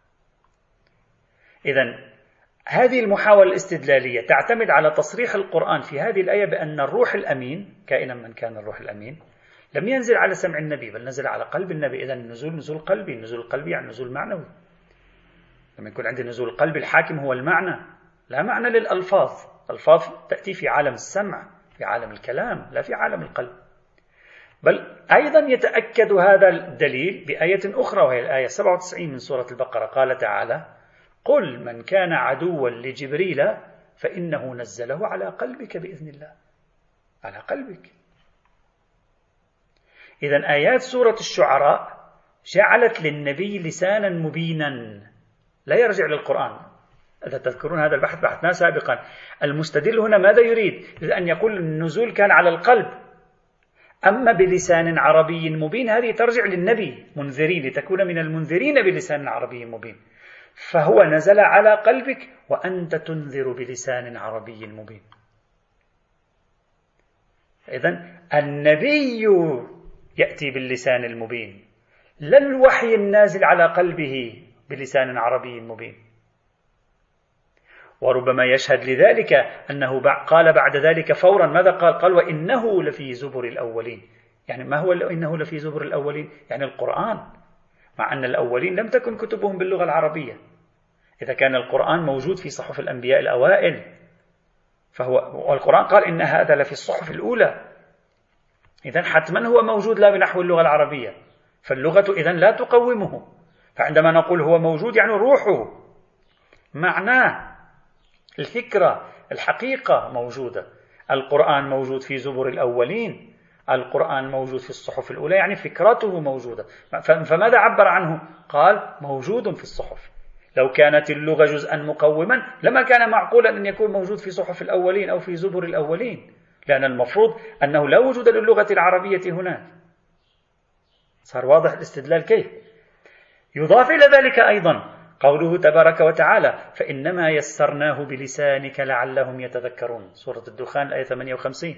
Speaker 1: إذن هذه المحاولة الاستدلالية تعتمد على تصريح القرآن في هذه الآية بأن الروح الأمين، كائنا من كان الروح الأمين، لم ينزل على سمع النبي بل نزل على قلب النبي. إذن النزول نزول قلبي، النزول القلبي يعني نزول معنوي. لما يكون عندي نزول القلب الحاكم هو المعنى، لا معنى للألفاظ. الألفاظ تأتي في عالم السمع، في عالم الكلام، لا في عالم القلب. بل أيضا يتأكد هذا الدليل بآية أخرى، وهي الآية 97 من سورة البقرة. قال تعالى: قل من كان عدوا لجبريل فإنه نزله على قلبك بإذن الله. على قلبك. إذن آيات سورة الشعراء جعلت للنبي لسانا مبينا لا يرجع للقرآن. إذا تذكرون هذا البحث بحثناه سابقا. المستدل هنا ماذا يريد؟ يريد أن يقول النزول كان على القلب، أما بلسان عربي مبين هذه ترجع للنبي منذرين، لتكون من المنذرين بلسان عربي مبين، فهو نزل على قلبك وأنت تنذر بلسان عربي مبين. إذن النبي يأتي باللسان المبين، لا الوحي النازل على قلبه بلسان عربي مبين. وربما يشهد لذلك أنه قال بعد ذلك فورا ماذا قال وإنه لفي زبر الأولين. يعني ما هو إنه لفي زبر الأولين؟ يعني القرآن، مع أن الأولين لم تكن كتبهم باللغة العربية. إذا كان القرآن موجود في صحف الأنبياء الأوائل والقرآن قال إن هذا لفي الصحف الأولى، إذن حتما هو موجود لا بنحو اللغة العربية، فاللغة إذن لا تقومه. فعندما نقول هو موجود يعني روحه، معناه، الفكرة، الحقيقة موجودة. القرآن موجود في زبر الأولين، القرآن موجود في الصحف الأولى، يعني فكرته موجودة. فماذا عبر عنه؟ قال موجود في الصحف. لو كانت اللغة جزءا مقوما لما كان معقولا أن يكون موجود في صحف الأولين أو في زبر الأولين، لأن المفروض أنه لا وجود للغة العربية هناك. صار واضح الاستدلال كيف؟ يضاف إلى ذلك أيضا قوله تبارك وتعالى فإنما يسرناه بلسانك لعلهم يتذكرون، سورة الدخان الآية 58.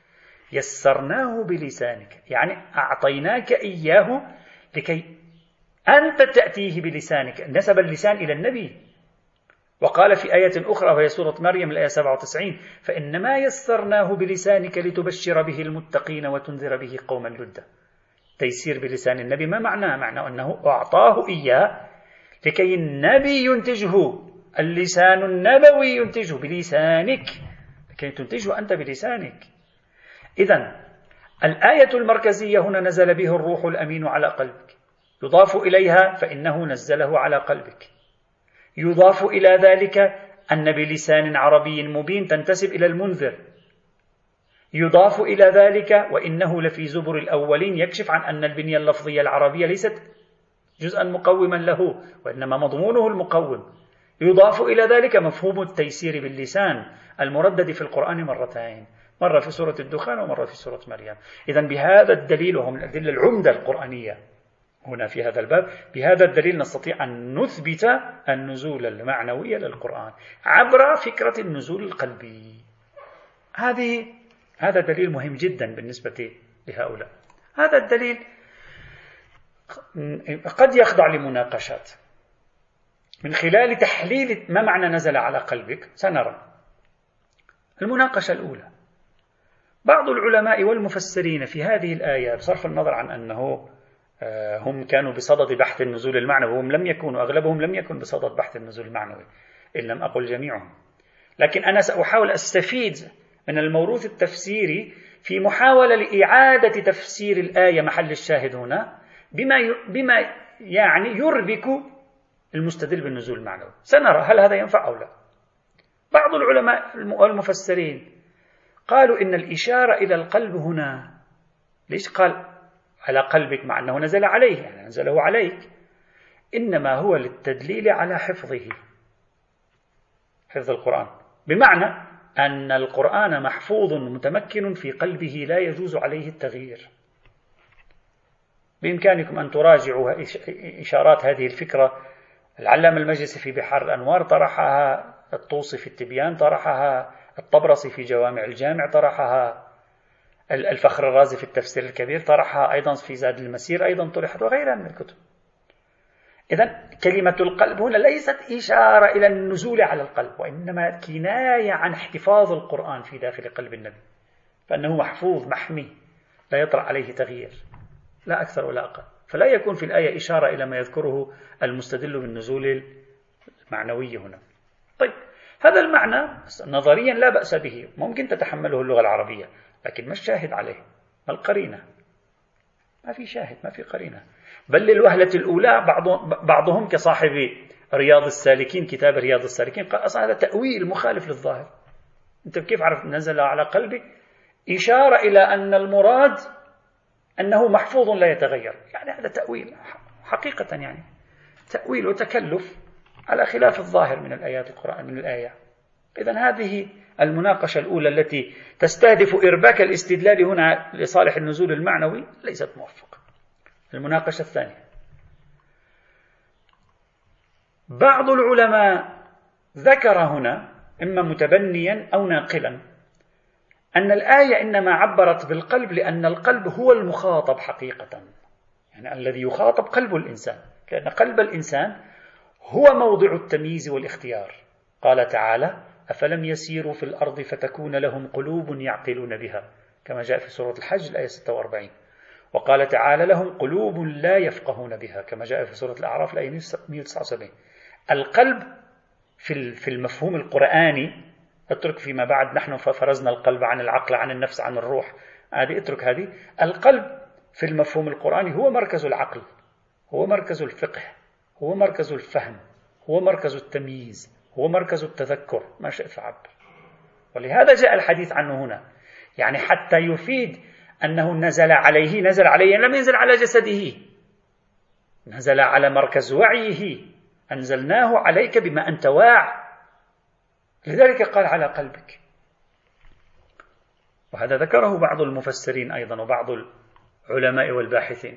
Speaker 1: يسرناه بلسانك يعني أعطيناك إياه لكي أنت تأتيه بلسانك، نسب اللسان إلى النبي. وقال في آية أخرى وهي سورة مريم الآية 97 فإنما يسرناه بلسانك لتبشر به المتقين وتنذر به قوما لدا. تيسير بلسان النبي ما معناه؟ معناه أنه أعطاه إياه لكي النبي ينتجه، اللسان النبوي ينتجه بلسانك، لكي تنتجه أنت بلسانك. إذن الآية المركزية هنا نزل به الروح الأمين على قلبك، يضاف إليها فإنه نزله على قلبك، يضاف إلى ذلك أن بلسان عربي مبين تنتسب إلى المنذر، يضاف إلى ذلك وإنه لفي زبر الأولين يكشف عن أن البنية اللفظية العربية ليست جزءا مقوما له وإنما مضمونه المقوم. يضاف إلى ذلك مفهوم التيسير باللسان المردد في القرآن مرتين، مرة في سورة الدخان ومرة في سورة مريم. إذن بهذا الدليل، وهو من الأدلة العمدة القرآنية هنا في هذا الباب، بهذا الدليل نستطيع أن نثبت النزول المعنوي للقرآن عبر فكرة النزول القلبي. هذا دليل مهم جدا بالنسبة لهؤلاء. هذا الدليل قد يخضع لمناقشات من خلال تحليل ما معنى نزل على قلبك. سنرى المناقشة الأولى. بعض العلماء والمفسرين في هذه الآية بصرف النظر عن أنه هم كانوا بصدد بحث النزول المعنوي، هم لم يكونوا، أغلبهم لم يكن بصدد بحث النزول المعنوي إن لم أقل جميعهم، لكن أنا سأحاول أستفيد من الموروث التفسيري في محاولة لإعادة تفسير الآية محل الشاهد هنا بما يعني يربك المستدل بالنزول المعنوي. سنرى هل هذا ينفع أو لا. بعض العلماء والمفسرين قالوا إن الإشارة إلى القلب هنا، ليش قال على قلبك مع أنه نزل عليه، يعني نزله عليك، إنما هو للتدليل على حفظه، حفظ القرآن، بمعنى أن القرآن محفوظ متمكن في قلبه لا يجوز عليه التغيير. بإمكانكم أن تراجعوا إشارات هذه الفكرة. العلامة المجلسي في بحار الأنوار طرحها، الطوسي في التبيان طرحها، الطبرسي في جوامع الجامع طرحها، الفخر الرازي في التفسير الكبير طرحها، أيضا في زاد المسير أيضا طرحت، وغيرها من الكتب. إذن كلمة القلب هنا ليست إشارة إلى النزول على القلب، وإنما كناية عن احتفاظ القرآن في داخل قلب النبي، فأنه محفوظ محمي لا يطرأ عليه تغيير، لا أكثر ولا أقل. فلا يكون في الآية إشارة إلى ما يذكره المستدل بالنزول المعنوي هنا. طيب، هذا المعنى نظريا لا بأس به، ممكن تتحمله اللغة العربية، لكن ما الشاهد عليه؟ ما القرينة؟ ما في شاهد، ما في قرينة. بل للوهلة الأولى بعضهم كصاحب رياض السالكين، كتاب رياض السالكين، قال أصلا هذا تأويل مخالف للظاهر. أنت كيف عرفت نزل على قلبك؟ إشارة إلى أن المراد أنه محفوظ لا يتغير، يعني هذا تأويل حقيقة يعني تأويل وتكلف على خلاف الظاهر من الآيات القرآن من الآية. إذن هذه المناقشة الأولى التي تستهدف إرباك الاستدلال هنا لصالح النزول المعنوي ليست موفقة. المناقشة الثانية، بعض العلماء ذكر هنا إما متبنيا أو ناقلا أن الآية إنما عبرت بالقلب لأن القلب هو المخاطب حقيقة، يعني الذي يخاطب قلب الإنسان، لأن قلب الإنسان هو موضع التمييز والاختيار. قال تعالى: أفلم يسيروا في الأرض فتكون لهم قلوب يعقلون بها، كما جاء في سورة الحج الآية 46. وقال تعالى: لهم قلوب لا يفقهون بها، كما جاء في سورة الأعراف الآية 179. القلب في المفهوم القرآني، اترك فيما بعد نحن فرزنا القلب عن العقل عن النفس عن الروح، هذه اترك هذه. القلب في المفهوم القرآني هو مركز العقل، هو مركز الفقه، هو مركز الفهم، هو مركز التمييز، هو مركز التذكر، ما شئت فعبر. ولهذا جاء الحديث عنه هنا، يعني حتى يفيد أنه نزل عليه لم ينزل على جسده، نزل على مركز وعيه، أنزلناه عليك بما أنت واع، لذلك قال على قلبك. وهذا ذكره بعض المفسرين أيضا وبعض العلماء والباحثين.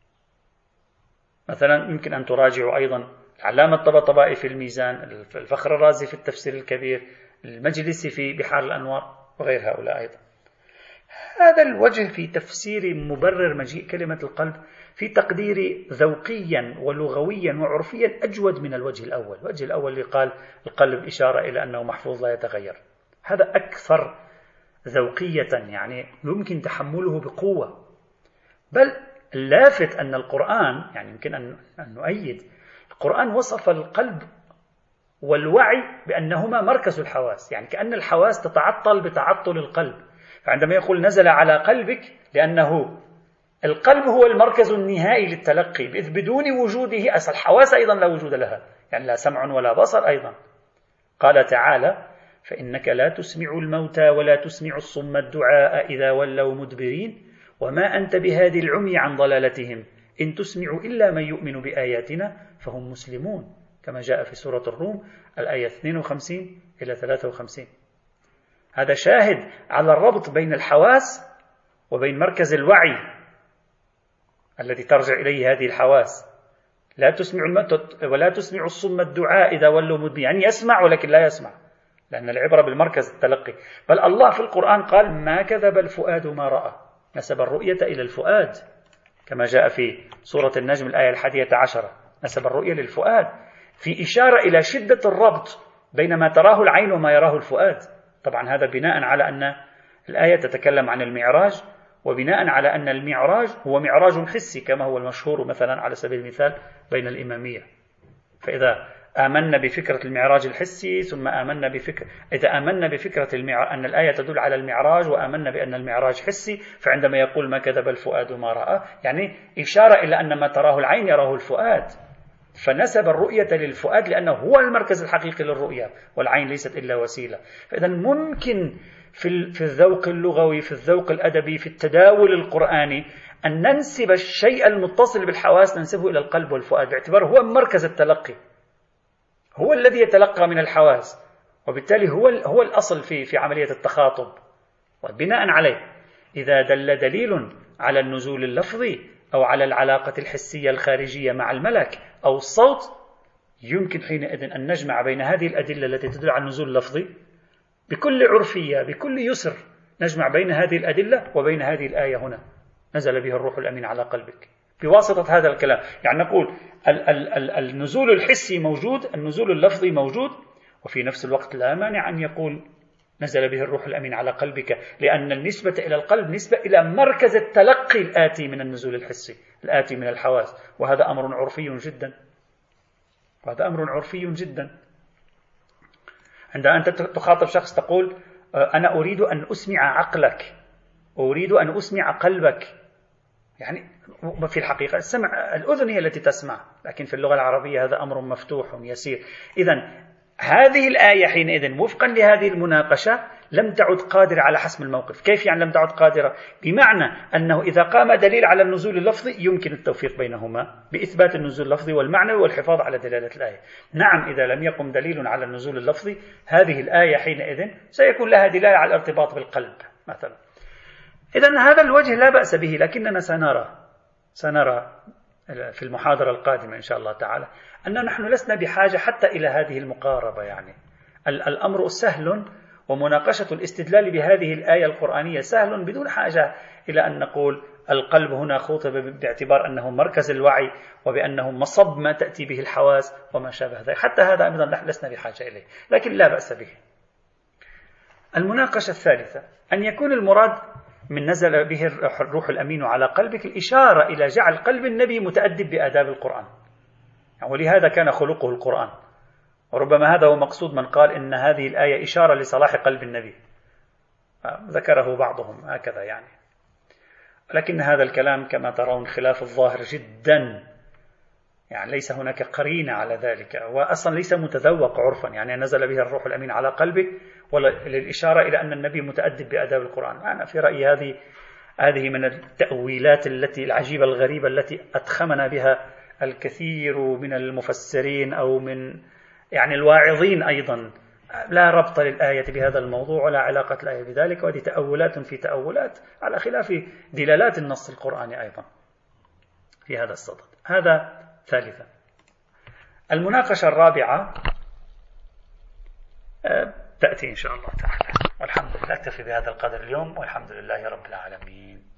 Speaker 1: مثلا يمكن أن تراجعوا أيضا العلامة الطباطبائي في الميزان، الفخر الرازي في التفسير الكبير، المجلسي في بحار الأنوار، وغير هؤلاء أيضا. هذا الوجه في تفسير مبرر مجيء كلمة القلب في تقديري ذوقيا ولغويا وعرفيا أجود من الوجه الأول. الوجه الأول اللي قال القلب إشارة إلى أنه محفوظ لا يتغير، هذا أكثر ذوقية، يعني يمكن تحمله بقوة. بل اللافت أن القرآن، يعني يمكن أن نؤيد، القرآن وصف القلب والوعي بأنهما مركز الحواس، يعني كأن الحواس تتعطل بتعطل القلب. فعندما يقول نزل على قلبك، لأنه القلب هو المركز النهائي للتلقي، إذ بدون وجوده أصل الحواس أيضا لا وجود لها، يعني لا سمع ولا بصر أيضا. قال تعالى: فإنك لا تسمع الموتى ولا تسمع الصم الدعاء إذا ولوا مدبرين وما أنت بهادي العمي عن ضلالتهم إن تسمع إلا من يؤمن بآياتنا فهم مسلمون، كما جاء في سورة الروم الآية 52 إلى 53. هذا شاهد على الربط بين الحواس وبين مركز الوعي الذي ترجع إليه هذه الحواس. لا تسمع الموتى ولا تسمع الصم الدعاء إذا ولوا مدبرين، يعني يسمع ولكن لا يسمع، لأن العبرة بالمركز التلقي. بل الله في القرآن قال: ما كذب الفؤاد ما رأى، نسب الرؤية إلى الفؤاد، كما جاء في سورة النجم الآية 11، نسب الرؤية للفؤاد، في إشارة إلى شدة الربط بين ما تراه العين وما يراه الفؤاد. طبعا هذا بناء على أن الآية تتكلم عن المعراج، وبناء على أن المعراج هو معراج حسي كما هو المشهور مثلا على سبيل المثال بين الإمامية. فإذا آمنا بفكرة المعراج الحسي ثم إذا آمنا بفكرة أن الآية تدل على المعراج وآمنا بأن المعراج حسي، فعندما يقول ما كذب الفؤاد ما رأى، يعني إشارة إلى أن ما تراه العين يراه الفؤاد، فنسب الرؤية للفؤاد لأنه هو المركز الحقيقي للرؤية، والعين ليست إلا وسيلة. فإذا ممكن في الذوق اللغوي، في الذوق الأدبي، في التداول القرآني أن ننسب الشيء المتصل بالحواس ننسبه إلى القلب والفؤاد، باعتباره هو مركز التلقي، هو الذي يتلقى من الحواس، وبالتالي هو الأصل في عملية التخاطب. وبناء عليه إذا دل دليل على النزول اللفظي أو على العلاقة الحسية الخارجية مع الملك أو الصوت، يمكن حينئذ أن نجمع بين هذه الأدلة التي تدل على النزول اللفظي بكل عرفية بكل يسر، نجمع بين هذه الأدلة وبين هذه الآية هنا نزل بها الروح الأمين على قلبك بواسطة هذا الكلام. يعني نقول النزول الحسي موجود، النزول اللفظي موجود، وفي نفس الوقت لا مانع أن يقول نزل به الروح الأمين على قلبك، لأن النسبة إلى القلب نسبة إلى مركز التلقي الآتي من النزول الحسي الآتي من الحواس، وهذا أمر عرفي جدا، وهذا أمر عرفي جدا. عندما أنت تخاطب شخص تقول أنا أريد أن أسمع عقلك، أريد أن أسمع قلبك، يعني في الحقيقة السمع الأذن هي التي تسمع، لكن في اللغة العربية هذا أمر مفتوح يسير. إذن هذه الآية حينئذ وفقا لهذه المناقشة لم تعد قادرة على حسم الموقف. كيف يعني لم تعد قادرة؟ بمعنى أنه إذا قام دليل على النزول اللفظي يمكن التوفيق بينهما بإثبات النزول اللفظي والمعنوي والحفاظ على دلالة الآية. نعم، إذا لم يقم دليل على النزول اللفظي هذه الآية حينئذ سيكون لها دلالة على الارتباط بالقلب مثلا. إذن هذا الوجه لا بأس به، لكننا سنرى في المحاضرة القادمة إن شاء الله تعالى أننا نحن لسنا بحاجة حتى إلى هذه المقاربة. يعني الأمر سهل، ومناقشة الاستدلال بهذه الآية القرآنية سهل بدون حاجة إلى أن نقول القلب هنا خطب باعتبار أنه مركز الوعي وبأنه مصب ما تأتي به الحواس وما شابه ذلك. حتى هذا أيضا نحن لسنا بحاجة إليه، لكن لا بأس به. المناقشة الثالثة أن يكون المراد من نزل به الروح الأمين على قلبك الإشارة إلى جعل قلب النبي متأدب بآداب القرآن، ولهذا كان خلقه القرآن. وربما هذا هو مقصود من قال إن هذه الآية إشارة لصلاح قلب النبي، ذكره بعضهم هكذا يعني. لكن هذا الكلام كما ترون خلاف الظاهر جدا، يعني ليس هناك قرينة على ذلك، وأصلا ليس متذوق عرفا. يعني نزل به الروح الأمين على قلبك للإشارة إلى أن النبي متأدب بآداب القرآن. أنا في رأيي هذه من التأويلات العجيبة الغريبة التي أتخمنا بها الكثير من المفسرين أو من يعني الواعظين أيضا. لا ربط للآية بهذا الموضوع ولا علاقة الآية بذلك، وهذه تأولات في تأولات على خلاف دلالات النص القرآني أيضا في هذا الصدد. هذا ثالثا. المناقشة الرابعة تأتي إن شاء الله تعالى، والحمد لله. أكتفي بهذا القدر اليوم، والحمد لله رب العالمين.